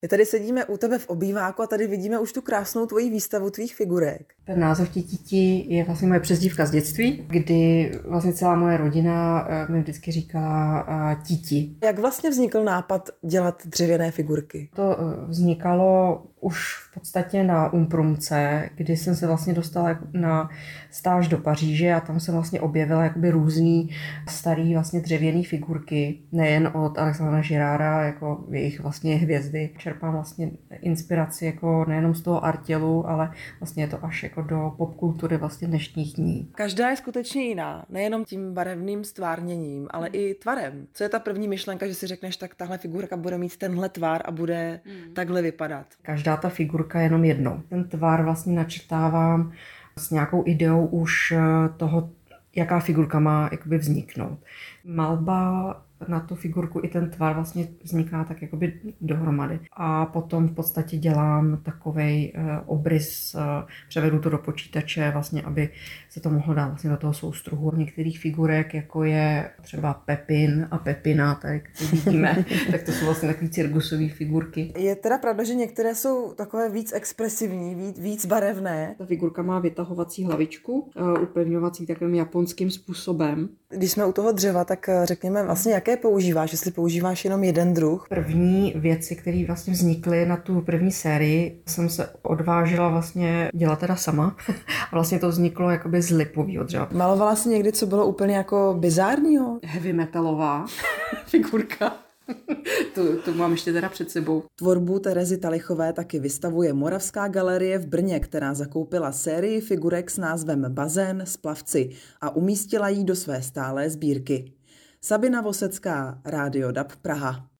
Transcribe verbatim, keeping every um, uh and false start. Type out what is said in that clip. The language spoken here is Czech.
My tady sedíme u tebe v obýváku a tady vidíme už tu krásnou tvoji výstavu tvých figurek. Ten název Tititi je vlastně moje přezdívka z dětství, kdy vlastně celá moje rodina mi vždycky říkala Titi. Jak vlastně vznikl nápad dělat dřevěné figurky? To vznikalo už v podstatě na Umprumce, kdy jsem se vlastně dostala na stáž do Paříže a tam jsem vlastně objevila jakoby různý starý vlastně dřevěný figurky, nejen od Alexandra Girarda, jako jejich vlastně hvězdy. Čerpám vlastně inspiraci jako nejenom z toho artělu, ale vlastně je to až jako do popkultury vlastně dnešních dní. Každá je skutečně jiná, nejenom tím barevným stvárněním, ale i tvarem. Co je ta první myšlenka, že si řekneš, tak tahle figurka bude mít tenhle tvar a bude hmm. takhle vypadat? Každá ta figurka je jenom jednou. Ten tvar vlastně načrtávám s nějakou ideou už toho, jaká figurka má jakoby vzniknout. Malba na tu figurku i ten tvar vlastně vzniká tak jakoby dohromady. A potom v podstatě dělám takovej uh, obrys, uh, převedu to do počítače, vlastně, aby se to mohlo dát vlastně do toho soustruhu. Některých figurek, jako je třeba Pepin a Pepina, tak vidíme, tak to jsou vlastně takové cirkusové figurky. Je teda pravda, že některé jsou takové víc expresivní, víc, víc barevné. Ta figurka má vytahovací hlavičku, uh, upevňovací takovým japonským způsobem. Když jsme u toho dřeva, tak řekněme vlastně, jaké používáš, jestli používáš jenom jeden druh. První věci, které vlastně vznikly na tu první sérii, jsem se odvážila vlastně dělat teda sama. A vlastně to vzniklo jakoby z lipového dřeva. Malovala jsi někdy, co bylo úplně jako bizárního? Heavy metalová figurka. to, to mám ještě teda před sebou. Tvorbu Terezy Talichové taky vystavuje Moravská galerie v Brně, která zakoupila sérii figurek s názvem Bazén s plavci a umístila ji do své stálé sbírky. Sabina Vosecká, Rádio D A B Praha.